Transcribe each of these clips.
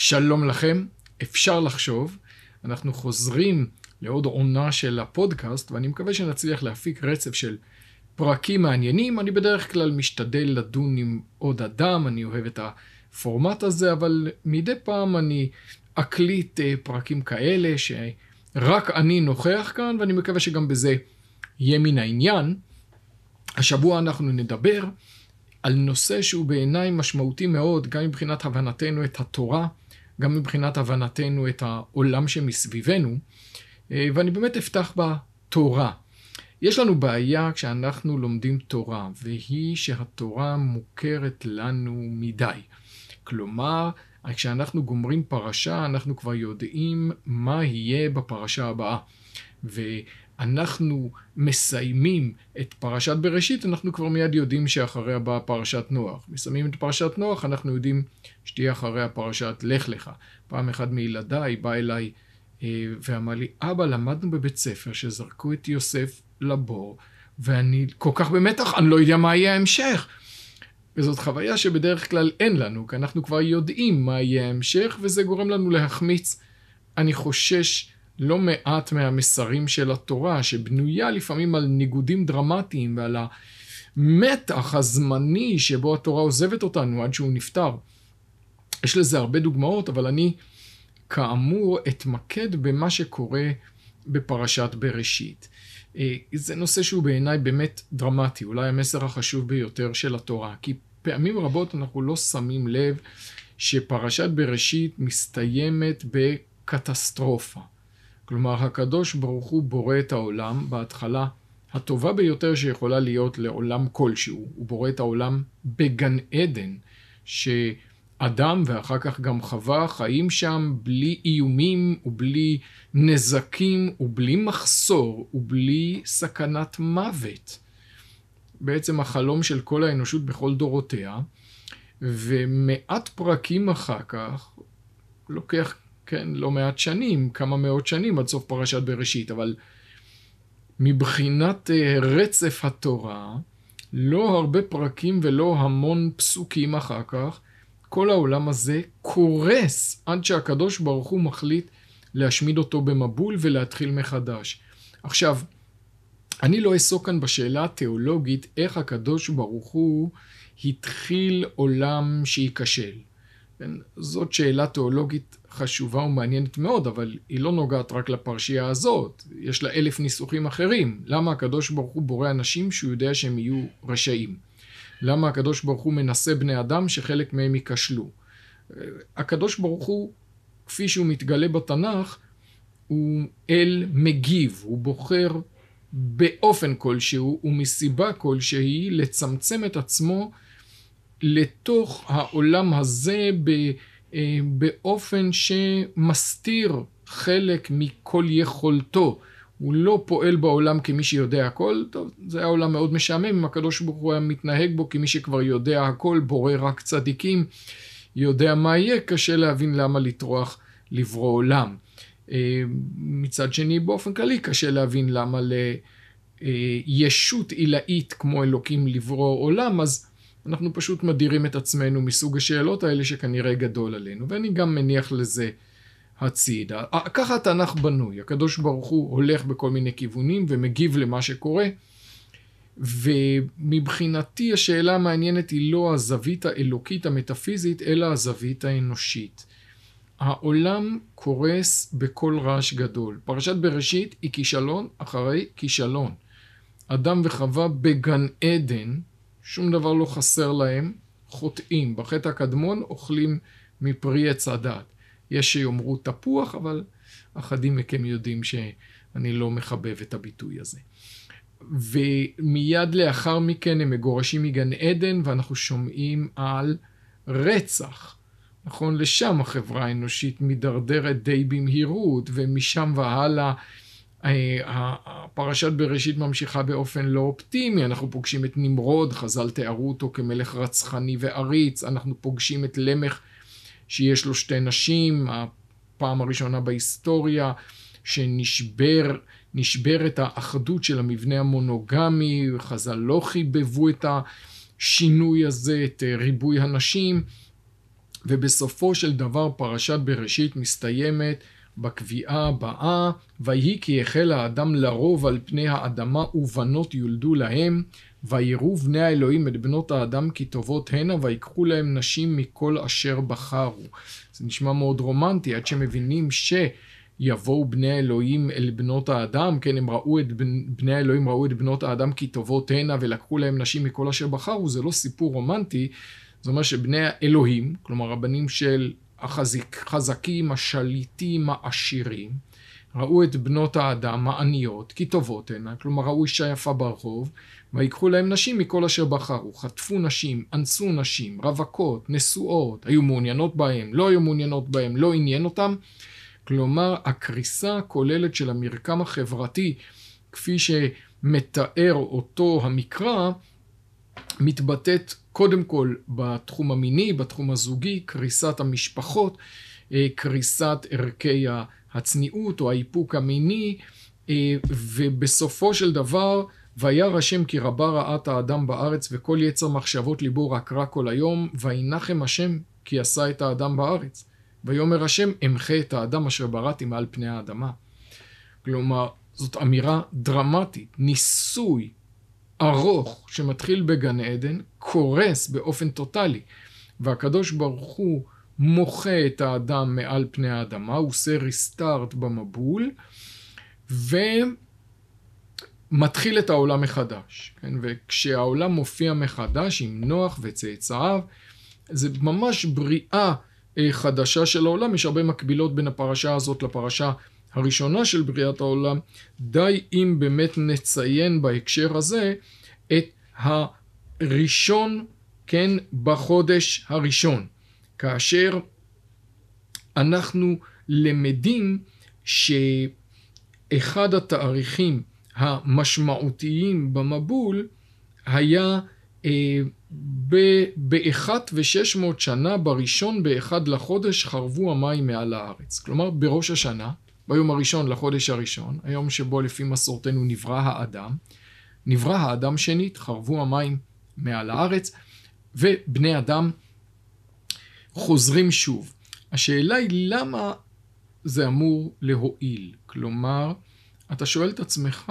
שלום לכם, אפשר לחשוב. אנחנו חוזרים לעוד עונה של הפודקאסט, ואני מקווה שנצליח להפיק רצף של פרקים מעניינים. אני בדרך כלל משתדל לדון עם עוד אדם, אני אוהב את הפורמט הזה, אבל מדי פעם אני אקליט פרקים כאלה שרק אני נוכח כאן, ואני מקווה שגם בזה יהיה מן העניין. השבוע אנחנו נדבר על נושא שהוא בעיניי משמעותי מאוד, גם מבחינת הבנתנו את התורה, גם מבחינת הבנתנו את העולם שמסביבנו, ואני באמת אפתח בתורה. יש לנו בעיה כשאנחנו לומדים תורה, והיא שהתורה מוכרת לנו מדי. כלומר, כשאנחנו גומרים פרשה, אנחנו כבר יודעים מה יהיה בפרשה הבאה. ואנחנו מסיימים את פרשת בראשית, אנחנו כבר מיד יודעים שאחריה באה פרשת נוח. מסיימים את פרשת נוח, אנחנו יודעים שתהיה אחריה פרשת לך לך. פעם אחד מילדיי בא אליי ואמר לי, אבא, למדנו בבית ספר שזרקו את יוסף לבור, ואני כל כך במתח, אני לא יודע מה יהיה ההמשך. וזאת חוויה שבדרך כלל אין לנו, כי אנחנו כבר יודעים מה יהיה ההמשך, וזה גורם לנו להחמיץ. אני חושש לא מעט מהמסרים של התורה, שבנויה לפעמים על ניגודים דרמטיים, ועל המתח הזמני שבו התורה עוזבת אותנו עד שהוא נפטר. יש לזה הרבה דוגמאות, אבל אני כאמור אתמקד במה שקורה בפרשת בראשית. זה נושא שהוא בעיניי באמת דרמטי, אולי המסר החשוב ביותר של התורה, כי פעמים רבות אנחנו לא שמים לב שפרשת בראשית מסתיימת בקטסטרופה. כלומר, הקדוש ברוך הוא בורא את העולם בהתחלה הטובה ביותר שיכולה להיות לעולם כלשהו. הוא בורא את העולם בגן עדן, שאדם ואחר כך גם חווה חיים שם בלי איומים ובלי נזקים ובלי מחסור ובלי סכנת מוות. בעצם החלום של כל האנושות בכל דורותיה, ומעט פרקים אחר כך לוקח לא מעט שנים, כמה מאות שנים עד סוף פרשת בראשית, אבל מבחינת רצף התורה, לא הרבה פרקים ולא המון פסוקים אחר כך, כל העולם הזה קורס עד שהקדוש ברוך הוא מחליט להשמיד אותו במבול ולהתחיל מחדש. עכשיו, אני לא אעסוק כאן בשאלה התיאולוגית איך הקדוש ברוך הוא התחיל עולם שייכשל. זאת שאלה תיאולוגית חשובה ומעניינת מאוד, אבל היא לא נוגעת רק לפרשייה הזאת. יש לה 1000 ניסוחים אחרים. למה הקדוש ברוך הוא בורא אנשים שהוא יודע שהם יהיו רשעים? למה הקדוש ברוך הוא מנסה בני אדם שחלק מהם ייכשלו? הקדוש ברוך הוא, כפי שהוא מתגלה בתנ"ך, הוא אל מגיב, הוא בוחר באופן כלשהו ומסיבה כלשהי לצמצם את עצמו לתוך העולם הזה באופן שמסתיר חלק מכל יכולתו. הוא לא פועל בעולם כמי שיודע הכל. טוב, זה היה עולם מאוד משעמם, אם הקדוש ברוך הוא היה מתנהג בו כמי שכבר יודע הכל, בורא רק צדיקים, יודע מה יהיה, קשה להבין למה לטרוח לברוא עולם. מצד שני, באופן כללי, קשה להבין למה לישות עילאית כמו אלוקים לברוא עולם, אז אנחנו פשוט מדירים את עצמנו מסוג השאלות האלה שכנראה גדול עלינו, ואני גם מניח לזה הצידה. ככה התנ"ך בנוי, הקדוש ברוך הוא הולך בכל מיני כיוונים ומגיב למה שקורה, ומבחינתי השאלה המעניינת היא לא הזווית האלוקית המטאפיזית, אלא הזווית האנושית. העולם קורס בכל רעש גדול. פרשת בראשית היא כישלון אחרי כישלון. אדם וחווה בגן עדן, שום דבר לא חסר להם, חוטאים. בחטא הקדמון אוכלים מפרי עץ הדת. יש שיאמרו תפוח, אבל אחדים מכם יודעים שאני לא מחבב את הביטוי הזה. ומיד לאחר מכן הם מגורשים מגן עדן, ואנחנו שומעים על רצח. נכון, לשם החברה האנושית מדרדרת די במהירות, ומשם והלאה הפרשת בראשית ממשיכה באופן לא אופטימי. אנחנו פוגשים את נמרוד, חז"ל תיארו אותו כמלך רצחני ועריץ. אנחנו פוגשים את למך שיש לו 2 נשים, הפעם הראשונה בהיסטוריה שנשברת האחדות של המבנה המונוגמי. חז"ל לא חיבבו את השינוי הזה, את ריבוי הנשים. ובסופו של דבר פרשת בראשית מסתיימת בקביעה הבאה, ויהי כי החל האדם לרוב על פני האדמה ובנות יולדו להם, ויראו בני האלוהים את בנות האדם כי טובות הנה, ויקחו להם נשים מכל אשר בחרו. זה נשמע מאוד רומנטי, עד שמבינים שיבואו בני האלוהים אל בנות האדם, כן, בני האלוהים ראו את בנות האדם כי טובות הנה, ולקחו להם נשים מכל אשר בחרו. זה לא סיפור רומנטי, זאת אומרת שבני האלוהים, כלומר הבנים של החזקים, השליטים, העשירים, ראו את בנות האדם העניות כי טובות הנה, כלומר ראו אישה יפה ברחוב, ויקחו להם נשים מכל אשר בחרו. חטפו נשים, אנסו נשים, רווקות, נשואות, היו מעוניינות בהם, לא היו מעוניינות בהם, לא עניין אותם. כלומר, הקריסה הכוללת של המרקם החברתי, כפי שמתאר אותו המקרא, מתבטאת קודם כל בתחום המיני, בתחום הזוגי, קריסת המשפחות, קריסת ערכי הצניעות או האיפוק המיני, ובסופו של דבר, וירא השם כי רבה רעת האדם בארץ, וכל יצר מחשבות ליבו רק רע כל היום, וינחם השם כי עשה את האדם בארץ. ויאמר השם אמחה את האדם אשר בראתי מעל פני האדמה. כלומר, זאת אמירה דרמטית, ניסוי ארוך שמתחיל בגן עדן, קורס באופן טוטלי, והקדוש ברוך הוא מוחה את האדם מעל פני האדמה, הוא עושה ריסטארט במבול, ומתחיל את העולם מחדש. כן? וכשהעולם מופיע מחדש עם נוח וצאצאיו, זה ממש בריאה חדשה של העולם. יש הרבה מקבילות בין הפרשה הזאת לפרשה הראשונה של בריאת העולם. די אם באמת נציין בהקשר הזה את הראשון, כן, בחודש הראשון, כאשר אנחנו למדים שאחד התאריכים המשמעותיים במבול היה ב-1,600 שנה, בראשון באחד לחודש חרבו המים מעל הארץ. כלומר, בראש השנה, ביום הראשון לחודש הראשון, היום שבו לפי מסורתנו נברא האדם שנית, חרבו המים מעל הארץ, ובני אדם חוזרים שוב. השאלה היא למה זה אמור להועיל? כלומר, אתה שואל את עצמך,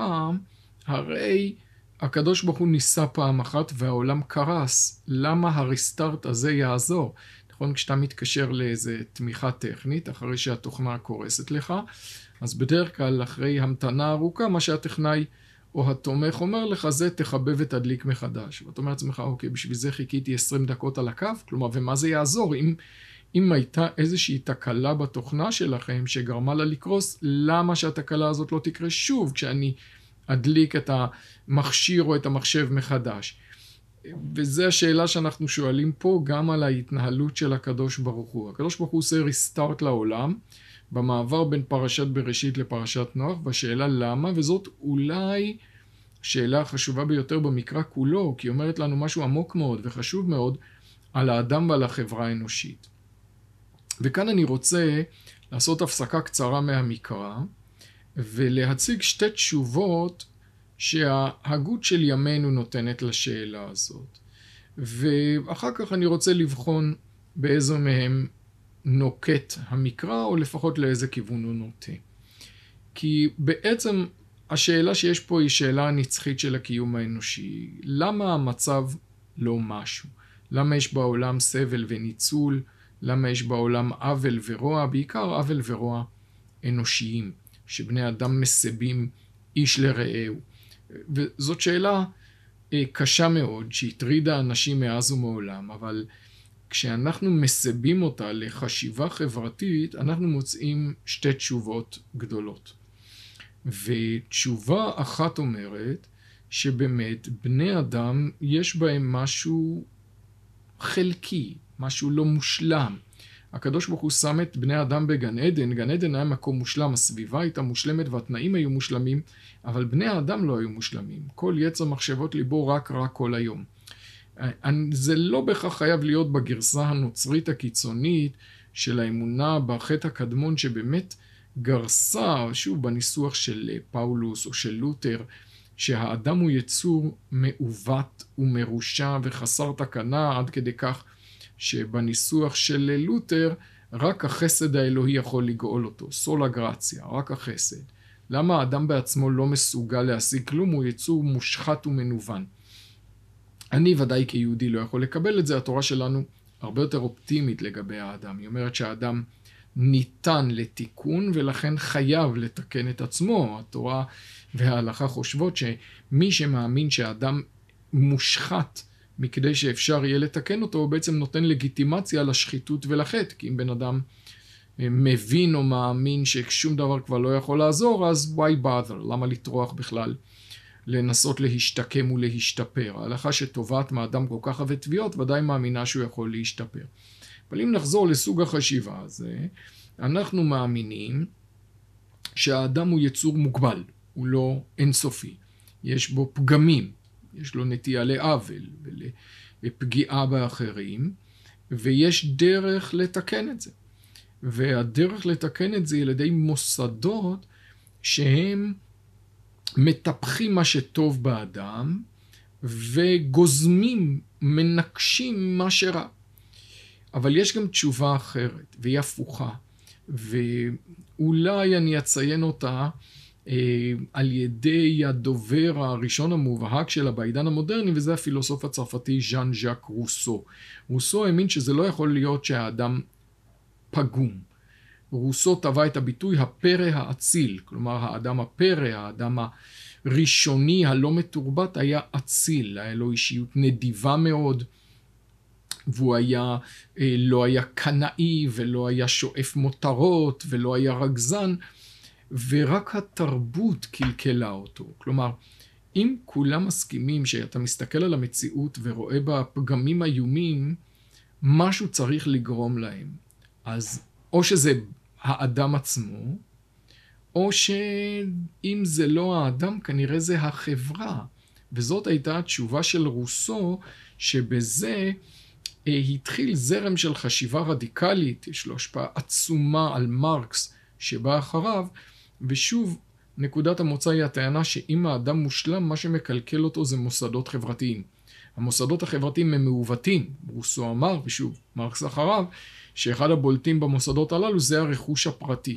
הרי הקדוש ברוך הוא ניסה פעם אחת והעולם קרס, למה הריסטארט הזה יעזור? נכון, כשאתה מתקשר לאיזה תמיכה טכנית, אחרי שהתוכנה קורסת לך, אז בדרך כלל אחרי המתנה ארוכה, מה שהטכנאי או התומך אומר לך, זה תחבב ותדליק מחדש. ואתה אומר לעצמך, אוקיי, בשביל זה חיכיתי 20 דקות על הקו, כלומר, ומה זה יעזור? אם הייתה איזושהי תקלה בתוכנה שלכם שגרמה לה לקרוס, למה שהתקלה הזאת לא תקרה שוב כשאני אדליק את המכשיר או את המחשב מחדש? וזו השאלה שאנחנו שואלים פה גם על ההתנהלות של הקדוש ברוך הוא. הקדוש ברוך הוא עושה ריסטארט לעולם, במעבר בין פרשת בראשית לפרשת נוח, והשאלה למה, וזאת אולי שאלה החשובה ביותר במקרא כולו, כי היא אומרת לנו משהו עמוק מאוד וחשוב מאוד על האדם ועל החברה האנושית. וכאן אני רוצה לעשות הפסקה קצרה מהמקרא, ולהציג שתי תשובות שההגות של ימינו נותנת לשאלה הזאת. ואחר כך אני רוצה לבחון באיזו מהם נוקט המקרא, או לפחות לאיזה כיוון הוא נוטה. כי בעצם השאלה שיש פה היא שאלה הנצחית של הקיום האנושי. למה המצב לא משהו? למה יש בעולם סבל וניצול? למה יש בעולם עוול ורוע? בעיקר עוול ורוע אנושיים, שבני אדם מסבים איש לרעהו. וזאת שאלה קשה מאוד, שהטרידה אנשים מאז ומעולם, אבל כשאנחנו מסבים אותה לחשיבה חברתית, אנחנו מוצאים שתי תשובות גדולות. ותשובה אחת אומרת שבאמת בני אדם יש בהם משהו חלקי, משהו לא מושלם. הקדוש ברוך הוא שם את בני אדם בגן עדן, גן עדן היה מקום מושלם, הסביבה הייתה מושלמת והתנאים היו מושלמים, אבל בני האדם לא היו מושלמים. כל יצר מחשבות ליבו רק רע כל היום. זה לא בהכרח חייב להיות בגרסה הנוצרית הקיצונית של האמונה בחטא הקדמון, שבאמת גרסה, שוב בניסוח של פאולוס או של לותר, שהאדם הוא יצור מעוות ומרושע וחסר תקנה, עד כדי כך שבניסוח של לותר, רק החסד האלוהי יכול לגאול אותו, סולה גרציה, רק החסד. למה האדם בעצמו לא מסוגל להשיג כלום? הוא יצור מושחת ומנוון. אני ודאי כיהודי לא יכול לקבל את זה, התורה שלנו הרבה יותר אופטימית לגבי האדם. היא אומרת שהאדם ניתן לתיקון ולכן חייב לתקן את עצמו. התורה וההלכה חושבות שמי שמאמין שהאדם מושחת מכדי שאפשר יהיה לתקן אותו, הוא בעצם נותן לגיטימציה לשחיתות ולחטא. כי אם בן אדם מבין או מאמין ששום דבר כבר לא יכול לעזור, אז why bother? למה לטרוח בכלל? לנסות להשתקם ולהשתפר. ההלכה שטובעת מאדם כל כך הרבה תביעות, ודאי מאמינה שהוא יכול להשתפר. אבל אם נחזור לסוג החשיבה הזה, אנחנו מאמינים שהאדם הוא יצור מוגבל, הוא לא אינסופי. יש בו פגמים, יש לו נטייה לעוול ולפגיעה באחרים, ויש דרך לתקן את זה. והדרך לתקן את זה על ידי מוסדות שהם מטפחים מה שטוב באדם וגוזמים, מנקשים מה שרע. אבל יש גם תשובה אחרת והיא הפוכה, ואולי אני אציין אותה על ידי הדובר הראשון המובהק שלה בעידן המודרני, וזה הפילוסוף הצרפתי ז'אן ז'אק רוסו. רוסו האמין שזה לא יכול להיות שהאדם פגום. רוסו טבע את הביטוי הפרא האציל, כלומר האדם הפרא, האדם הראשוני הלא מתורבת היה אציל, היה לו אישיות נדיבה מאוד, והוא לא היה קנאי ולא היה שואף מותרות ולא היה רגזן, ורק התרבות קלקלה אותו. כלומר, אם כולם מסכימים שאתה מסתכל על המציאות ורואה בה פגמים איומים, משהו צריך לגרום להם. אז או שזה האדם עצמו, או שאם זה לא האדם, כנראה זה החברה. וזאת הייתה התשובה של רוסו, שבזה התחיל זרם של חשיבה רדיקלית, יש לו השפעה עצומה על מרקס שבא אחריו, ושוב, נקודת המוצא היא הטענה שאם האדם מושלם, מה שמקלקל אותו זה מוסדות חברתיים. המוסדות החברתיים הם מעוותים. רוסו אמר, ושוב, מרקס אחריו, שאחד הבולטים במוסדות הללו זה הרכוש הפרטי.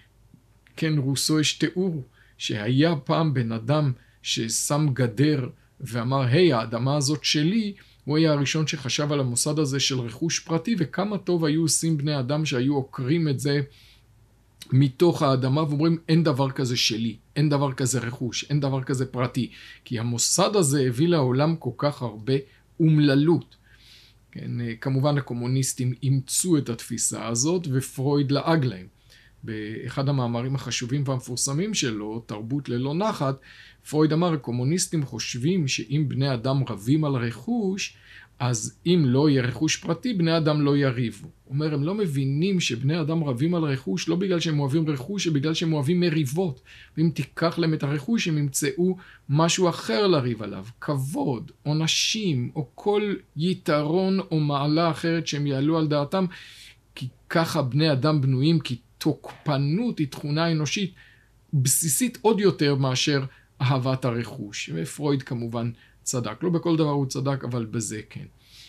כן, רוסו יש תיאור שהיה פעם בן אדם ששם גדר ואמר, היי, האדמה הזאת שלי, הוא היה הראשון שחשב על המוסד הזה של רכוש פרטי, וכמה טוב היו עושים בני אדם שהיו עוקרים את זה מתוך האדמה ואומרים, אין דבר כזה שלי, אין דבר כזה רכוש, אין דבר כזה פרטי, כי המוסד הזה הביא לעולם כל כך הרבה אומללות. כן, כמובן הקומוניסטים אימצו את התפיסה הזאת ופרויד לעג להם. באחד המאמרים החשובים והמפורסמים שלו, תרבות ללא נחת, פרויד אמר, הקומוניסטים חושבים שאם בני אדם רבים על רכוש, אז אם לא יהיה רכוש פרטי, בני אדם לא יריבו. הוא אומר, הם לא מבינים שבני אדם רבים על רכוש, לא בגלל שהם אוהבים רכוש, אלא בגלל שהם אוהבים מריבות. ואם תיקח להם את הרכוש, הם ימצאו משהו אחר לריב עליו. כבוד, או נשים, או כל יתרון או מעלה אחרת שהם יעלו על דעתם, כי ככה בני אדם בנויים, כי תוקפנות היא תכונה אנושית בסיסית עוד יותר מאשר אהבת הרכוש. ופרויד כמובן צדק. לא בכל דבר הוא צדק, אבל בזה כן.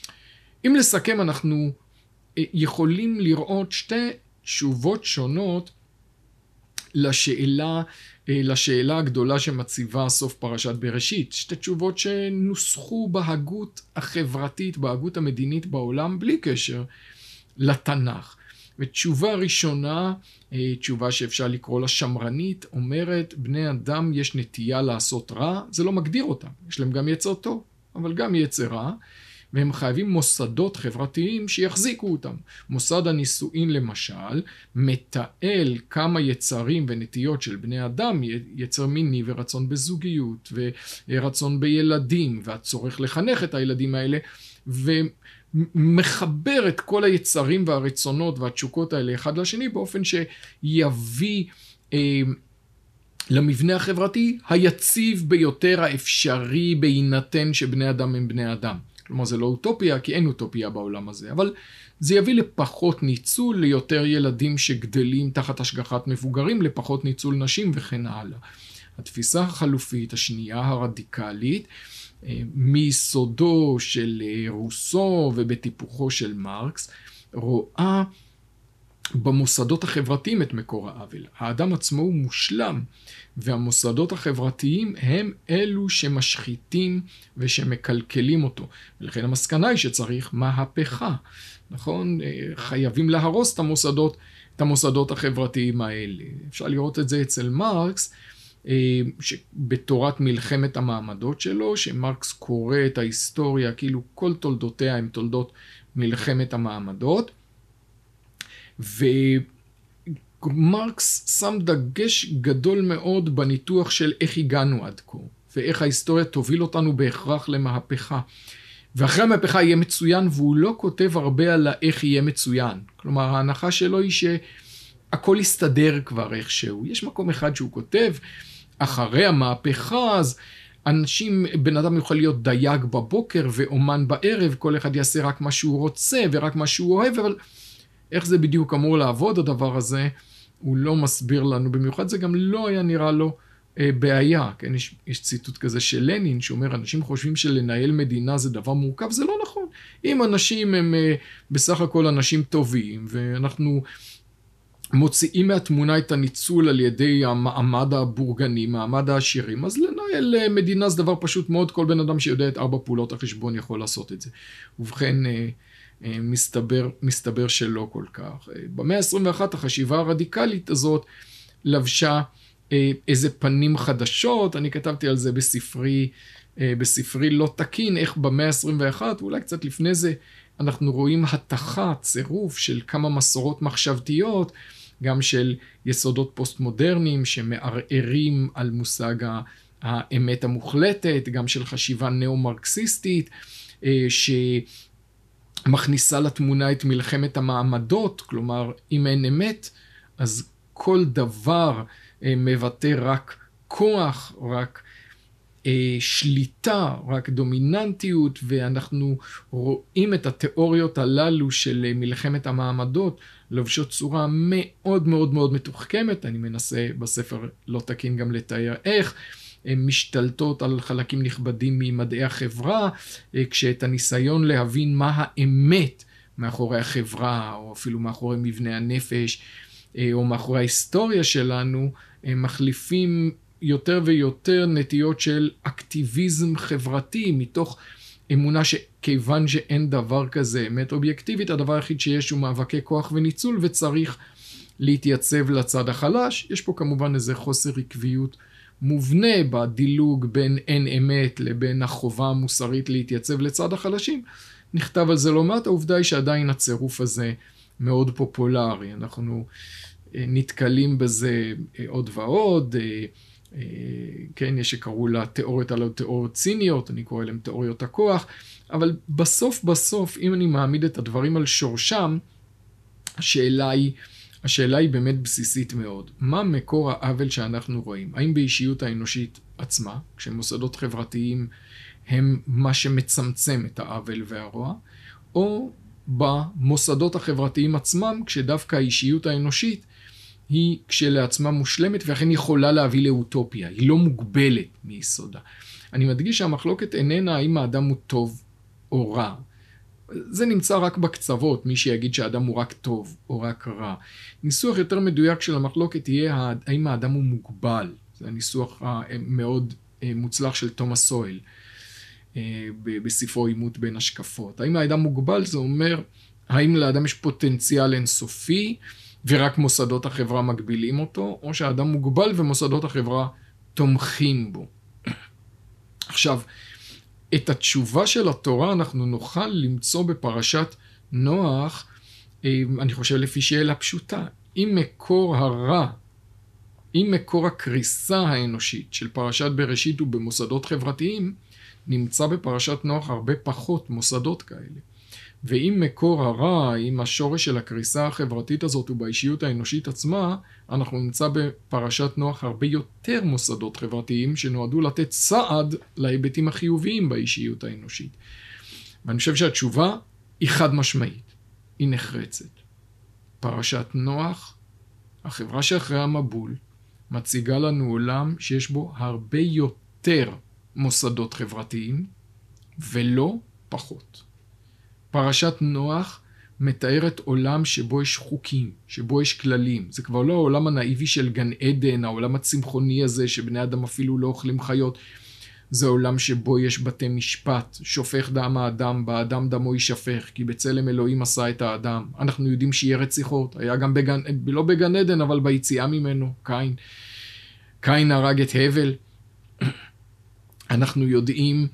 אם לסכם, אנחנו יכולים לראות שתי תשובות שונות לשאלה הגדולה שמציבה סוף פרשת בראשית. שתי תשובות שנוסחו בהגות החברתית, בהגות המדינית בעולם, בלי קשר לתנ"ך. ותשובה ראשונה, תשובה שאפשר לקרוא לה שמרנית, אומרת, בני אדם יש נטייה לעשות רע, זה לא מגדיר אותם, יש להם גם יצר טוב, אבל גם יצר רע, והם חייבים מוסדות חברתיים שיחזיקו אותם. מוסד הנישואין למשל, מתעל כמה יצרים ונטיות של בני אדם, יצר מיני ורצון בזוגיות, ורצון בילדים, והצורך לחנך את הילדים האלה, מחבר את כל היצרים והרצונות והתשוקות האלה אחד לשני, באופן שיביא למבנה החברתי היציב ביותר האפשרי בהינתן שבני אדם הם בני אדם. כלומר זה לא אוטופיה, כי אין אוטופיה בעולם הזה, אבל זה יביא לפחות ניצול, ליותר ילדים שגדלים תחת השגחת מבוגרים, לפחות ניצול נשים וכן הלאה. התפיסה החלופית, השנייה הרדיקלית, מיסודו של רוסו ובטיפוחו של מרקס, רואה במוסדות החברתיים את מקור העוול. האדם עצמו הוא מושלם, והמוסדות החברתיים הם אלו שמשחיתים ושמקלקלים אותו. ולכן המסקנה היא שצריך מהפכה, נכון? חייבים להרוס את המוסדות החברתיים האלה. אפשר לראות את זה אצל מרקס, בתורת מלחמת המעמדות שלו, שמרקס קורא את ההיסטוריה, כאילו כל תולדותיה הם תולדות מלחמת המעמדות, ומרקס שם דגש גדול מאוד בניתוח של איך הגענו עד כה, ואיך ההיסטוריה תוביל אותנו בהכרח למהפכה. ואחרי המהפכה יהיה מצוין, והוא לא כותב הרבה על איך יהיה מצוין. כלומר, ההנחה שלו היא שהכל יסתדר כבר איכשהו. יש מקום אחד שהוא כותב, אחרי המהפכה, אז בן אדם יוכל להיות דייג בבוקר ואומן בערב, כל אחד יעשה רק מה שהוא רוצה ורק מה שהוא אוהב, אבל איך זה בדיוק אמור לעבוד הדבר הזה, הוא לא מסביר לנו. במיוחד זה גם לא היה נראה לו בעיה. כן? יש ציטוט כזה של לנין שאומר, אנשים חושבים שלנהל מדינה זה דבר מורכב, זה לא נכון. אם אנשים הם בסך הכל אנשים טובים, ואנחנו מוציאים מהתמונה את הניצול על ידי המעמד הבורגני, מעמד העשירים, אז לנהל מדינה זה דבר פשוט מאוד, כל בן אדם שיודע את 4 פעולות החשבון יכול לעשות את זה. ובכן, מסתבר שלא כל כך. במאה ה-21 החשיבה הרדיקלית הזאת לבשה איזה פנים חדשות, אני כתבתי על זה בספרי לא תקין, איך במאה ה-21, ואולי קצת לפני זה, אנחנו רואים התחה, צירוף של כמה מסורות מחשבתיות, גם של יסודות פוסט-מודרניים שמערערים על מושג האמת המוחלטת, גם של חשיבה נאו-מרקסיסטית, שמכניסה לתמונה את מלחמת המעמדות, כלומר, אם אין אמת, אז כל דבר מבטא רק כוח, רק שליטה, רק דומיננטיות, ואנחנו רואים את התיאוריות הללו של מלחמת המעמדות לבשות צורה מאוד מאוד מאוד מתוחכמת. אני מנסה בספר לא תקין גם לתאר איך הן משתלטות על חלקים נכבדים ממדעי החברה, כשאת הניסיון להבין מה האמת מאחורי החברה, או אפילו מאחורי מבנה הנפש, או מאחורי ההיסטוריה שלנו, מחליפים יותר ויותר נטיות של אקטיביזם חברתי, מתוך אמונה שכיוון שאין דבר כזה אמת אובייקטיבית, הדבר היחיד שיש הוא מאבקי כוח וניצול, וצריך להתייצב לצד החלש. יש פה כמובן איזה חוסר עקביות מובנה בדילוג בין אין אמת לבין החובה המוסרית להתייצב לצד החלשים. נכתב על זה לא מעט, העובדה היא שעדיין הצירוף הזה מאוד פופולרי. אנחנו נתקלים בזה עוד ועוד, כן, יש שקראו לה תיאוריות על תיאוריות ציניות, אני קורא להם תיאוריות הכוח, אבל בסוף, אם אני מעמיד את הדברים על שורשם, השאלה היא באמת בסיסית מאוד. מה מקור העוול שאנחנו רואים? האם באישיות האנושית עצמה, כשמוסדות חברתיים הם מה שמצמצם את העוול והרוע, או במוסדות החברתיים עצמם, כשדווקא האישיות האנושית היא כשלעצמה מושלמת, ואכן יכולה להביא לאוטופיה, היא לא מוגבלת מיסודה. אני מדגיש שהמחלוקת איננה האם האדם הוא טוב או רע. זה נמצא רק בקצוות, מי שיגיד שהאדם הוא רק טוב או רק רע. ניסוח יותר מדויק של המחלוקת יהיה האם האדם הוא מוגבל. זה הניסוח המאוד מוצלח של תומאס סויל, בספרו עימות בין השקפות. האם האדם מוגבל זה אומר, האם לאדם יש פוטנציאל אינסופי, ורק מוסדות החברה מגבילים אותו, או שהאדם מוגבל ומוסדות החברה תומכים בו. עכשיו, את התשובה של התורה אנחנו נוכל למצוא בפרשת נוח, אני חושב לפי שאלה פשוטה. אם מקור הרע, אם מקור הקריסה האנושית של פרשת בראשית ובמוסדות חברתיים, נמצא בפרשת נוח הרבה פחות מוסדות כאלה. ואם מקור הרע, אם השורש של הקריסה החברתית הזאת הוא באישיות האנושית עצמה, אנחנו נמצא בפרשת נוח הרבה יותר מוסדות חברתיים שנועדו לתת סעד להיבטים החיוביים באישיות האנושית. ואני חושב שהתשובה היא חד משמעית, היא נחרצת. פרשת נוח, החברה שאחרי המבול, מציגה לנו עולם שיש בו הרבה יותר מוסדות חברתיים, ולא פחות. פרשת נוח מתארת עולם שבו יש חוקים, שבו יש כללים. זה כבר לא העולם הנאיבי של גן עדן, העולם הצמחוני הזה שבני אדם אפילו לא אוכלים חיות. זה עולם שבו יש בתי משפט, שופך דם האדם, באדם דמו יישפך, כי בצלם אלוהים עשה את האדם. אנחנו יודעים שיהיה רציחות, היה גם לא בגן עדן, אבל ביציאה ממנו, קין הרג את הבל. אנחנו יודעים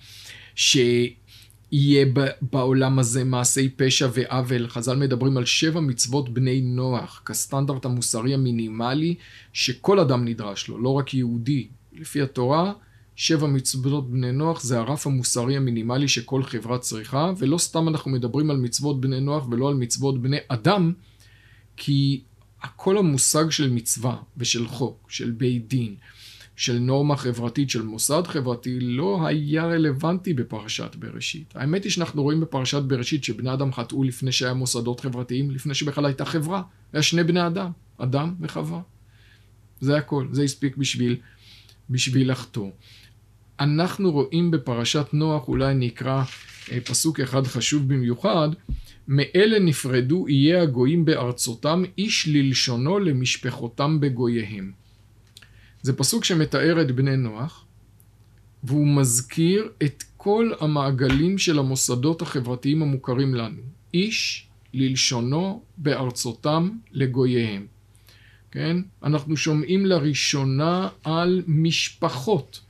שיהיה בעולם הזה מעשי פשע ועוול. חז"ל מדברים על 7 מצוות בני נוח, כסטנדרט המוסרי המינימלי שכל אדם נדרש לו, לא רק יהודי. לפי התורה, 7 מצוות בני נוח זה הרף המוסרי המינימלי שכל חברה צריכה, ולא סתם אנחנו מדברים על מצוות בני נוח ולא על מצוות בני אדם, כי כל המושג של מצווה ושל חוק, של בית דין, של נורמה חברתית, של מוסד חברתי, לא היה רלוונטי בפרשת בראשית. האמת היא שאנחנו רואים בפרשת בראשית שבני אדם חטאו לפני שהיה מוסדות חברתיים, לפני שבכלל הייתה חברה. היה 2 בני אדם, אדם וחווה. זה הכל, זה הספיק בשביל לחטוא. אנחנו רואים בפרשת נוח, אולי נקרא פסוק אחד חשוב במיוחד, מאלה נפרדו יהיה הגויים בארצותם, איש ללשונו למשפחותם בגוייהם. זה פסוק שמתאר את בני נוח, והוא מזכיר את כל המעגלים של המוסדות החברתיים המוכרים לנו. איש ללשונו בארצותם לגוייהם. כן? אנחנו שומעים לראשונה על משפחות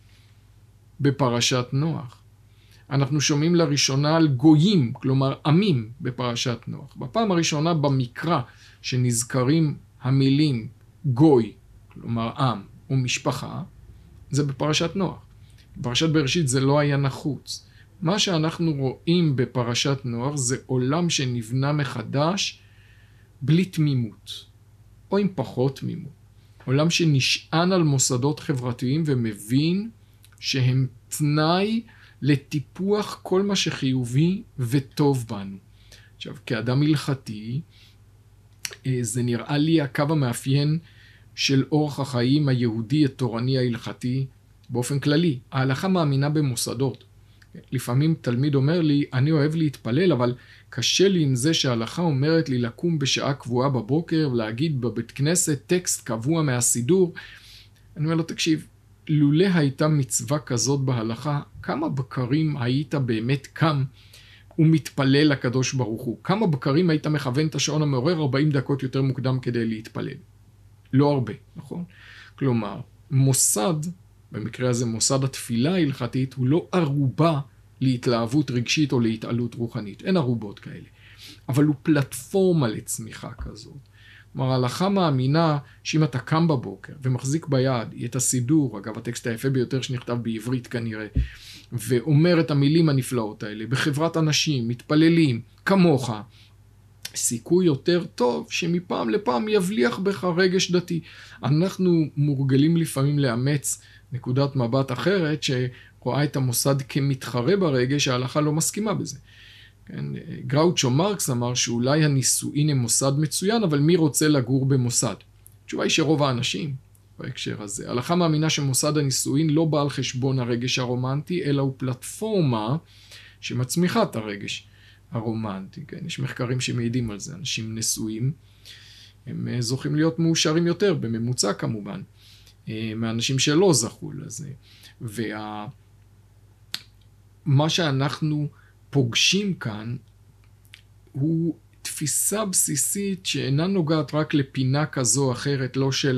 בפרשת נוח. אנחנו שומעים לראשונה על גויים, כלומר עמים בפרשת נוח. בפעם הראשונה במקרא שנזכרים המילים גוי, כלומר עם ומשפחה, זה בפרשת נוח. בפרשת בראשית זה לא היה נחוץ. מה שאנחנו רואים בפרשת נוח זה עולם שנבנה מחדש בלי תמימות, או עם פחות תמימות. עולם שנשען על מוסדות חברתיים ומבין שהם תנאי לטיפוח כל מה שחיובי וטוב בנו. עכשיו, כאדם הלכתי, זה נראה לי הקו המאפיין של אורח החיים היהודי התורני ההלכתי באופן כללי. ההלכה מאמינה במוסדות. לפעמים תלמיד אומר לי, אני אוהב להתפלל, אבל קשה לי עם זה שההלכה אומרת לי לקום בשעה קבועה בבוקר ולהגיד בבית כנסת טקסט קבוע מהסידור. אני אומר לו, תקשיב, לולא הייתה מצווה כזאת בהלכה, כמה בקרים היית באמת קם ומתפלל לקדוש ברוך הוא? כמה בקרים היית מכוון את השעון המעורר 40 דקות יותר מוקדם כדי להתפלל? לא הרבה, נכון? כלומר, מוסד, במקרה הזה מוסד התפילה ההלכתית, הוא לא ערובה להתלהבות רגשית או להתעלות רוחנית. אין ערובות כאלה. אבל הוא פלטפורמה לצמיחה כזאת. כלומר, ההלכה מאמינה שאם אתה קם בבוקר ומחזיק ביד את הסידור, אגב, הטקסט היפה ביותר שנכתב בעברית כנראה, ואומר את המילים הנפלאות האלה, בחברת אנשים, מתפללים, כמוך, סיכוי יותר טוב שמפעם לפעם יבליח בך רגש דתי. אנחנו מורגלים לפעמים לאמץ נקודת מבט אחרת שרואה את המוסד כמתחרה ברגש, ההלכה לא מסכימה בזה. כן? גראוצ'ו מרקס אמר שאולי הנישואין הם מוסד מצוין, אבל מי רוצה לגור במוסד? התשובה היא שרוב האנשים בהקשר הזה. ההלכה מאמינה שמוסד הנישואין לא בא על חשבון הרגש הרומנטי, אלא הוא פלטפורמה שמצמיחה את הרגש הרומנטי. כן? יש מחקרים שמעידים על זה. אנשים נשואים, הם זוכים להיות מאושרים יותר, בממוצע כמובן, מאנשים שלא זכו לזה. ומה שאנחנו פוגשים כאן הוא תפיסה בסיסית שאינה נוגעת רק לפינה כזו או אחרת,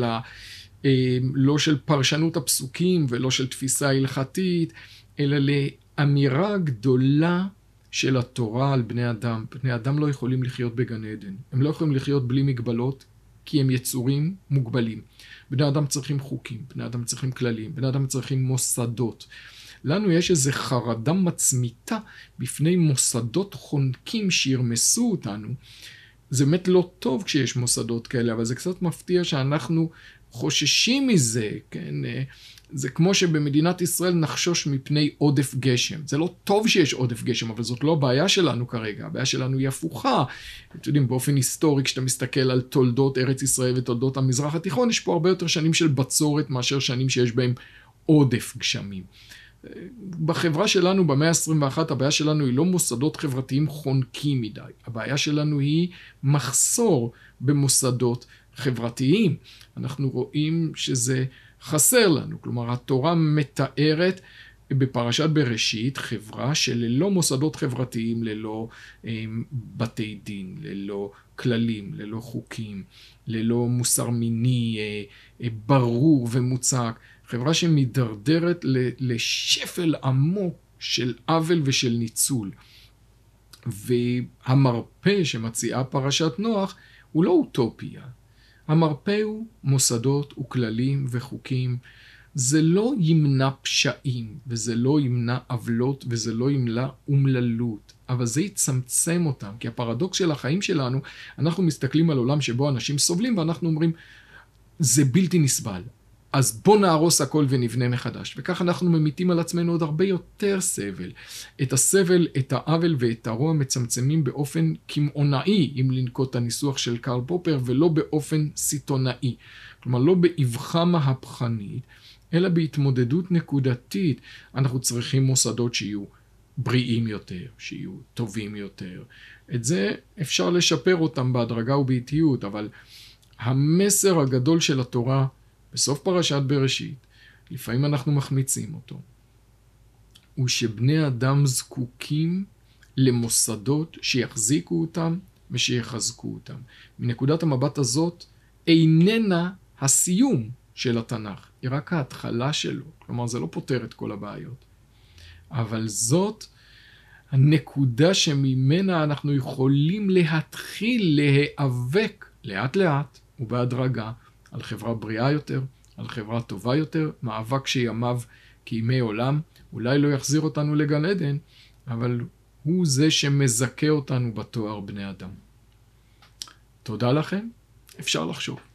לא של פרשנות הפסוקים ולא של תפיסה הלכתית, אלא לאמירה גדולה של התורה על בני אדם. בני אדם לא יכולים לחיות בגן עדן. הם לא יכולים לחיות בלי מגבלות, כי הם יצורים מוגבלים. בני אדם צריכים חוקים, בני אדם צריכים כללים, בני אדם צריכים מוסדות. לנו יש איזו חרדה מצמיתה בפני מוסדות חונקים שירמסו אותנו. זה באמת לא טוב כשיש מוסדות כאלה, אבל זה קצת מפתיע שאנחנו חוששים מזה, כן? זה כמו שבמדינת ישראל נחשוש מפני עודף גשם. זה לא טוב שיש עודף גשם, אבל זאת לא הבעיה שלנו כרגע. הבעיה שלנו היא הפוכה. אתם יודעים, באופן היסטורי, כשאתה מסתכל על תולדות ארץ ישראל ותולדות המזרח התיכון, יש פה הרבה יותר שנים של בצורת מאשר שנים שיש בהם עודף גשמים. בחברה שלנו במאה ה-21 הבעיה שלנו היא לא מוסדות חברתיים חונקים מדי. הבעיה שלנו היא מחסור במוסדות חברתיים. אנחנו רואים שזה חסר לנו. כלומר, התורה מתארת בפרשת בראשית חברה שללא מוסדות חברתיים, ללא בתי דין, ללא כללים, ללא חוקים, ללא מוסר מיני ברור ומוצק. חברה שמדרדרת לשפל עמוק של עוול ושל ניצול. והמרפא שמציעה פרשת נוח הוא לא אוטופיה. המרפא הוא מוסדות וכללים וחוקים. זה לא ימנע פשעים, וזה לא ימנע עוולות, וזה לא ימנע אומללות, אבל זה יצמצם אותם, כי הפרדוקס של החיים שלנו, אנחנו מסתכלים על עולם שבו אנשים סובלים, ואנחנו אומרים, זה בלתי נסבל, אז בוא נהרוס הכל ונבנה מחדש, וכך אנחנו ממיתים על עצמנו עוד הרבה יותר סבל. את הסבל, את העוול ואת הרוע מצמצמים באופן כמעונאי, אם לנקוט את הניסוח של קרל פופר, ולא באופן סיטונאי. כלומר, לא באבחה מהפכנית, אלא בהתמודדות נקודתית. אנחנו צריכים מוסדות שיהיו בריאים יותר, שיהיו טובים יותר. את זה אפשר לשפר אותם בהדרגה ובאיטיות, אבל המסר הגדול של התורה בסוף פרשת בראשית, לפעמים אנחנו מחמיצים אותו, הוא שבני אדם זקוקים למוסדות שיחזיקו אותם ושיחזקו אותם. מנקודת המבט הזאת איננה הסיום של התנ"ך, היא רק ההתחלה שלו. כלומר, זה לא פותר את כל הבעיות. אבל זאת הנקודה שממנה אנחנו יכולים להתחיל להיאבק לאט לאט ובהדרגה על חברה בריאה יותר, על חברה טובה יותר, מאבק שימיו כימי עולם, אולי לא יחזיר אותנו לגן עדן, אבל הוא זה שמזכה אותנו בתואר בני אדם. תודה לכם, אפשר לחשוב.